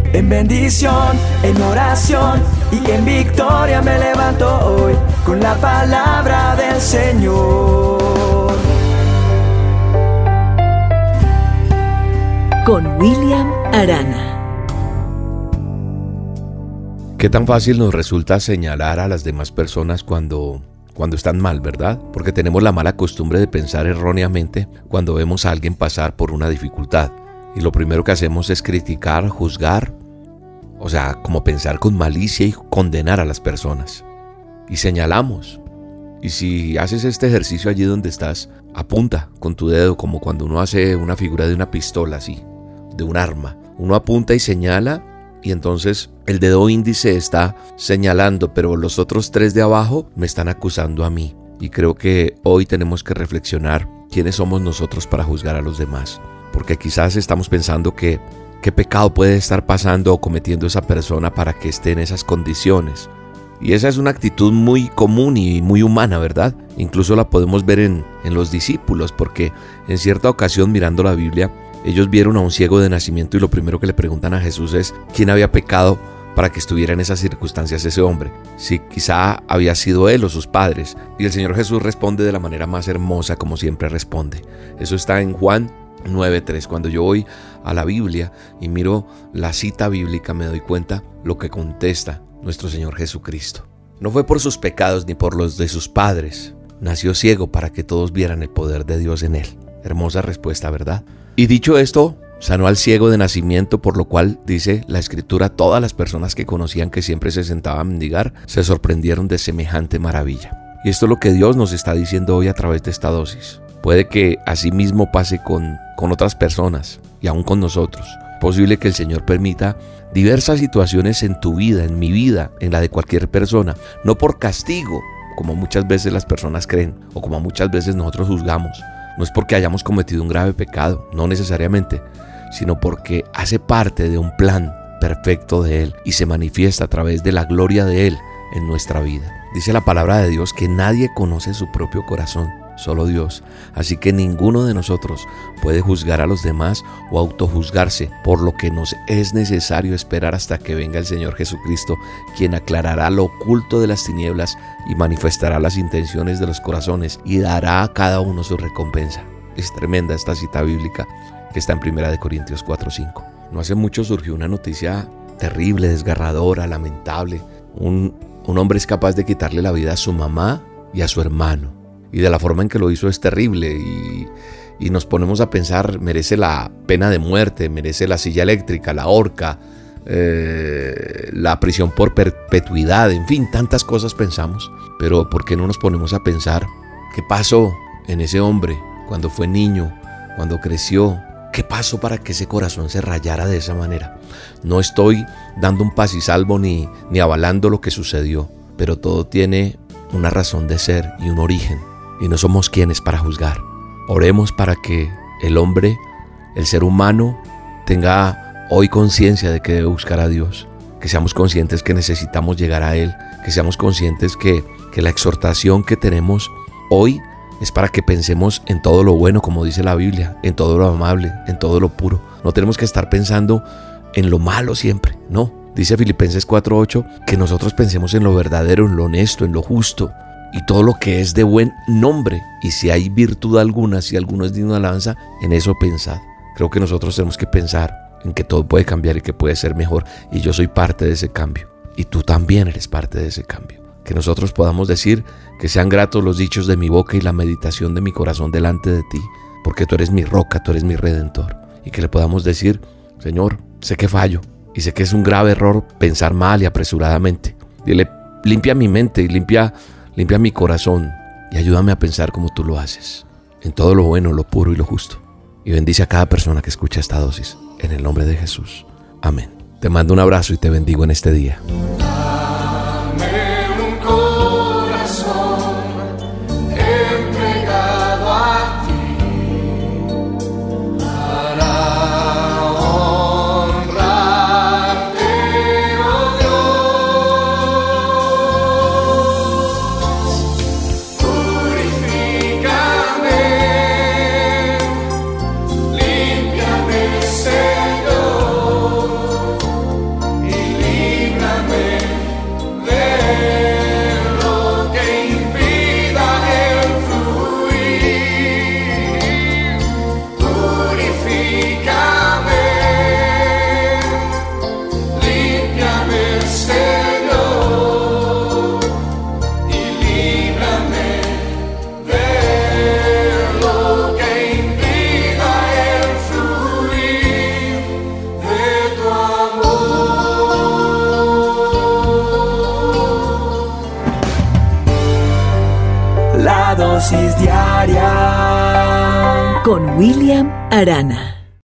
En bendición, en oración y en victoria me levanto hoy con la palabra del Señor. Con William Arana. Qué tan fácil nos resulta señalar a las demás personas cuando están mal, ¿verdad? Porque tenemos la mala costumbre de pensar erróneamente cuando vemos a alguien pasar por una dificultad. Y lo primero que hacemos es criticar, juzgar, o sea, como pensar con malicia y condenar a las personas. Y señalamos. Y si haces este ejercicio allí donde estás, apunta con tu dedo, como cuando uno hace una figura de una pistola así, de un arma. Uno apunta y señala, y entonces el dedo índice está señalando, pero los otros 3 de abajo me están acusando a mí. Y creo que hoy tenemos que reflexionar quiénes somos nosotros para juzgar a los demás. Porque quizás estamos pensando que qué pecado puede estar pasando o cometiendo esa persona para que esté en esas condiciones. Y esa es una actitud muy común y muy humana, ¿verdad? Incluso la podemos ver en los discípulos, porque en cierta ocasión, mirando la Biblia, ellos vieron a un ciego de nacimiento y lo primero que le preguntan a Jesús es ¿quién había pecado para que estuviera en esas circunstancias ese hombre? Si quizá había sido él o sus padres. Y el Señor Jesús responde de la manera más hermosa, como siempre responde. Eso está en Juan 9:3. Cuando yo voy a la Biblia y miro la cita bíblica, me doy cuenta lo que contesta nuestro Señor Jesucristo. No fue por sus pecados ni por los de sus padres. Nació ciego para que todos vieran el poder de Dios en él. Hermosa respuesta, ¿verdad? Y dicho esto, sanó al ciego de nacimiento, por lo cual, dice la Escritura, todas las personas que conocían que siempre se sentaba a mendigar se sorprendieron de semejante maravilla. Y esto es lo que Dios nos está diciendo hoy a través de esta dosis. Puede que así mismo pase con otras personas y aún con nosotros. Es posible que el Señor permita diversas situaciones en tu vida, en mi vida, en la de cualquier persona, no por castigo, como muchas veces las personas creen o como muchas veces nosotros juzgamos. No es porque hayamos cometido un grave pecado, no necesariamente, sino porque hace parte de un plan perfecto de Él y se manifiesta a través de la gloria de Él en nuestra vida. Dice la palabra de Dios que nadie conoce su propio corazón, solo Dios. Así que ninguno de nosotros puede juzgar a los demás o autojuzgarse, por lo que nos es necesario esperar hasta que venga el Señor Jesucristo, quien aclarará lo oculto de las tinieblas y manifestará las intenciones de los corazones y dará a cada uno su recompensa. Es tremenda esta cita bíblica que está en 1 Corintios 4:5. No hace mucho surgió una noticia terrible, desgarradora, lamentable. Un hombre es capaz de quitarle la vida a su mamá y a su hermano. Y de la forma en que lo hizo es terrible y nos ponemos a pensar, merece la pena de muerte, merece la silla eléctrica, la horca, la prisión por perpetuidad, en fin, tantas cosas pensamos. Pero ¿por qué no nos ponemos a pensar qué pasó en ese hombre cuando fue niño, cuando creció? ¿Qué pasó para que ese corazón se rayara de esa manera? No estoy dando un pasisalvo ni avalando lo que sucedió, pero todo tiene una razón de ser y un origen. Y no somos quienes para juzgar. Oremos para que el hombre, el ser humano, tenga hoy conciencia de que debe buscar a Dios. Que seamos conscientes que necesitamos llegar a Él. Que seamos conscientes que la exhortación que tenemos hoy es para que pensemos en todo lo bueno, como dice la Biblia, en todo lo amable, en todo lo puro. No tenemos que estar pensando en lo malo siempre, no. Dice Filipenses 4:8 que nosotros pensemos en lo verdadero, en lo honesto, en lo justo y todo lo que es de buen nombre. Y si hay virtud alguna, si alguno es digno de alabanza, en eso pensad. Creo que nosotros tenemos que pensar en que todo puede cambiar y que puede ser mejor. Y yo soy parte de ese cambio. Y tú también eres parte de ese cambio. Que nosotros podamos decir que sean gratos los dichos de mi boca y la meditación de mi corazón delante de ti. Porque tú eres mi roca, tú eres mi redentor. Y que le podamos decir, Señor, sé que fallo. Y sé que es un grave error pensar mal y apresuradamente. Dile, limpia mi mente y limpia mi corazón y ayúdame a pensar como tú lo haces, en todo lo bueno, lo puro y lo justo. Y bendice a cada persona que escucha esta dosis, en el nombre de Jesús. Amén. Te mando un abrazo y te bendigo en este día. dosis diaria con William Arana.